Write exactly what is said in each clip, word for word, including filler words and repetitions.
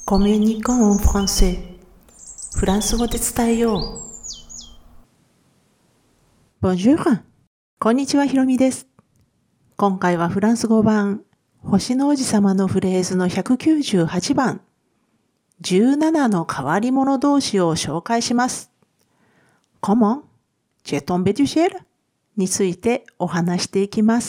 Communiquons en français. フランス語で伝えよう。Bonjour。こんにちは、ひろみです。今回はフランス語版、星の王子様のフレーズのひゃくきゅうじゅうはちばん、じゅうななの変わり者同士を紹介します。Comment? Tu es tombé du ciel? についてお話していきます。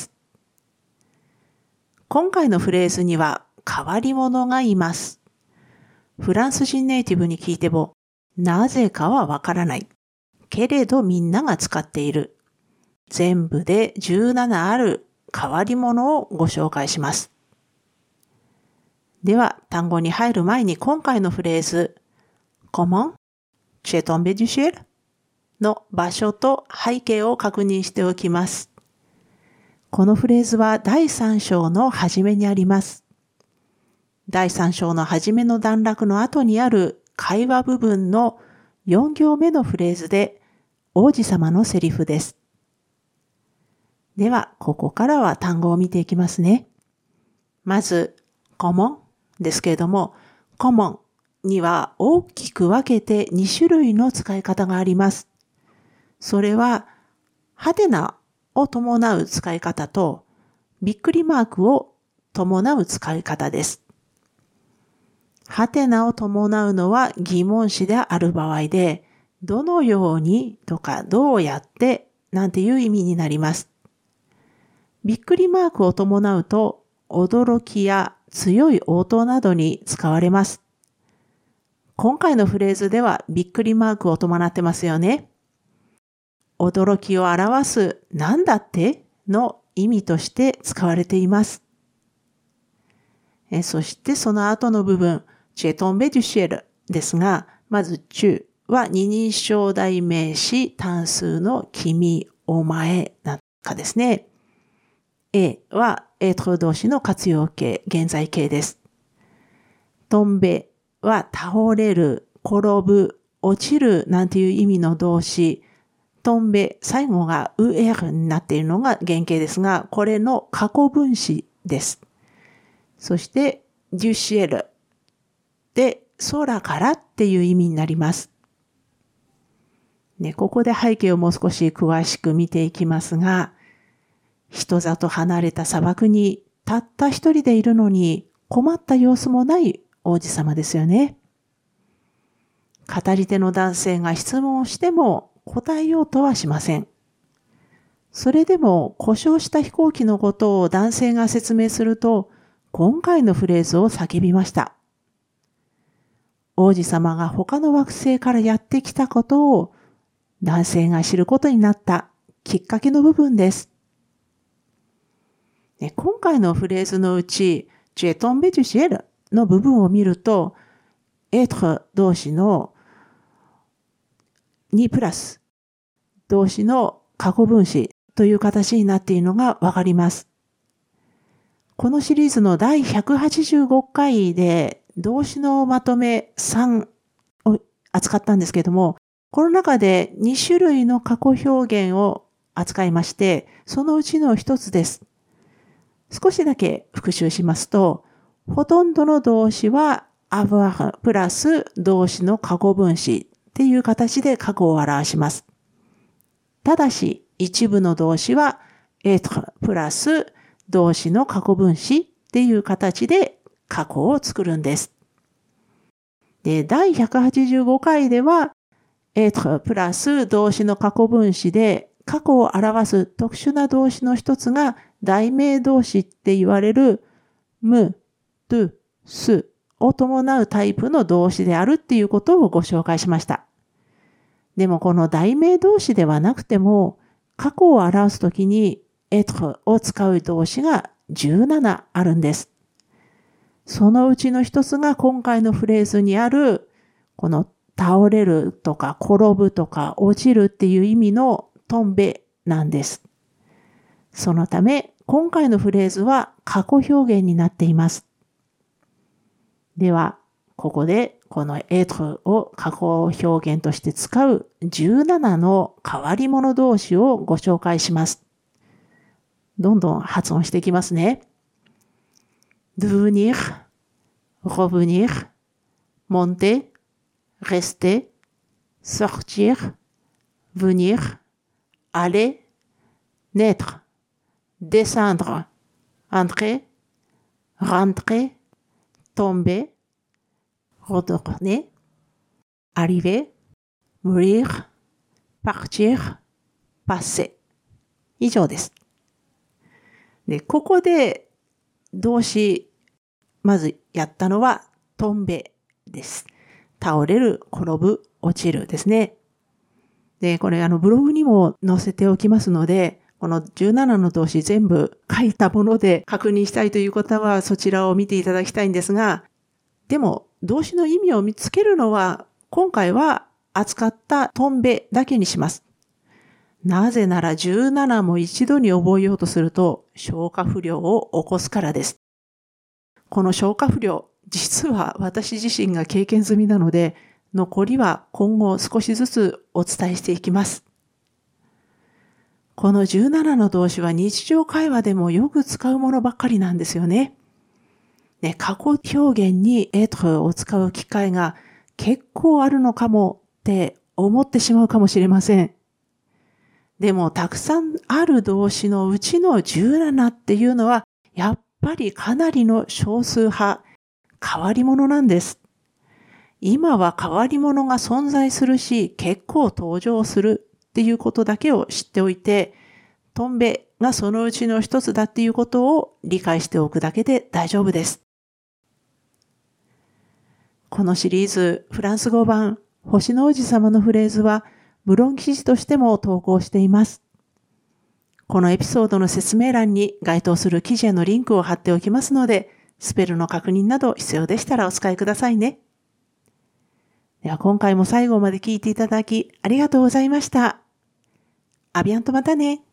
今回のフレーズには変わり者がいます。フランス人ネイティブに聞いても、なぜかはわからない。けれどみんなが使っている。全部でじゅうななある変わり者をご紹介します。では、単語に入る前に今回のフレーズ、Comment? Tu es tombé du ciel? の場所と背景を確認しておきます。このフレーズはだいさん章の初めにあります。だいさん章の初めの段落の後にある会話部分のよん行目のフレーズで王子様のセリフです。では、ここからは単語を見ていきますね。まず、comment ですけれども、comment には大きく分けてに種類の使い方があります。それは、ハテナを伴う使い方と、びっくりマークを伴う使い方です。ハテナを伴うのは疑問詞である場合で、どのようにとかどうやってなんていう意味になります。びっくりマークを伴うと、驚きや強い応答などに使われます。今回のフレーズではびっくりマークを伴ってますよね。驚きを表すなんだっての意味として使われています。えそしてその後の部分、tu es tombé du ciel ですが、まず tu は二人称代名詞単数の君、お前なんかですね。et は être 動詞の活用形、現在形です。tomber は倒れる、転ぶ、落ちるなんていう意味の動詞。tomber、最後が er になっているのが原型ですが、これの過去分詞です。そして、du ciel で空からっていう意味になります。ね、ここで背景をもう少し詳しく見ていきますが、人里離れた砂漠にたった一人でいるのに困った様子もない王子様ですよね。語り手の男性が質問をしても答えようとはしません。それでも故障した飛行機のことを男性が説明すると、今回のフレーズを叫びました。王子様が他の惑星からやってきたことを男性が知ることになったきっかけの部分です。ね、今回のフレーズのうち、tu es tombé du ciel の部分を見ると、être 動詞のにプラス動詞の過去分詞という形になっているのがわかります。このシリーズのだいひゃくはちじゅうごかいで動詞のまとめさんを扱ったんですけれども、この中でに種類の過去表現を扱いまして、そのうちの一つです。少しだけ復習しますと、ほとんどの動詞は avoir プラス動詞の過去分詞っていう形で過去を表します。ただし、一部の動詞は être プラス動詞の過去分詞っていう形で過去を作るんです。で、だいひゃくはちじゅうごかいでは、être プラス動詞の過去分詞で過去を表す特殊な動詞の一つが代名動詞って言われる me, tu, su を伴うタイプの動詞であるっていうことをご紹介しました。でもこの代名動詞ではなくても過去を表すときに être を使う動詞がじゅうななあるんです。そのうちの一つが今回のフレーズにあるこの倒れるとか転ぶとか落ちるっていう意味のトンベなんです。そのため今回のフレーズは過去表現になっています。ではここでこのêtreを過去表現として使うじゅうななの変わり者動詞をご紹介します。どんどん発音していきますね。devenir, revenir, monter, rester, sortir, venir, aller, naître, descendre, entrer, rentrer, tomber, retourner, arriver, mourir, partir, passer。以上です。で、ここで動詞、まずやったのは、トンベです。倒れる、転ぶ、落ちるですね。で、これあのブログにも載せておきますので、このじゅうななの動詞全部書いたもので確認したいという方はそちらを見ていただきたいんですが、でも動詞の意味を見つけるのは今回は扱ったトンベだけにします。なぜならじゅうななも一度に覚えようとすると消化不良を起こすからです。この消化不良、実は私自身が経験済みなので、残りは今後少しずつお伝えしていきます。このじゅうななの動詞は日常会話でもよく使うものばっかりなんですよね。ね、過去表現にêtreを使う機会が結構あるのかもって思ってしまうかもしれません。でもたくさんある動詞のうちのじゅうななっていうのはやっぱりかなりの少数派、変わり者なんです。今は変わり者が存在するし、結構登場するっていうことだけを知っておいて、トンベがそのうちの一つだっていうことを理解しておくだけで大丈夫です。このシリーズ、フランス語版、星の王子様のフレーズは、無論記事としても投稿しています。このエピソードの説明欄に該当する記事へのリンクを貼っておきますので、スペルの確認など必要でしたらお使いくださいね。では今回も最後まで聞いていただきありがとうございました。アビアンとまたね。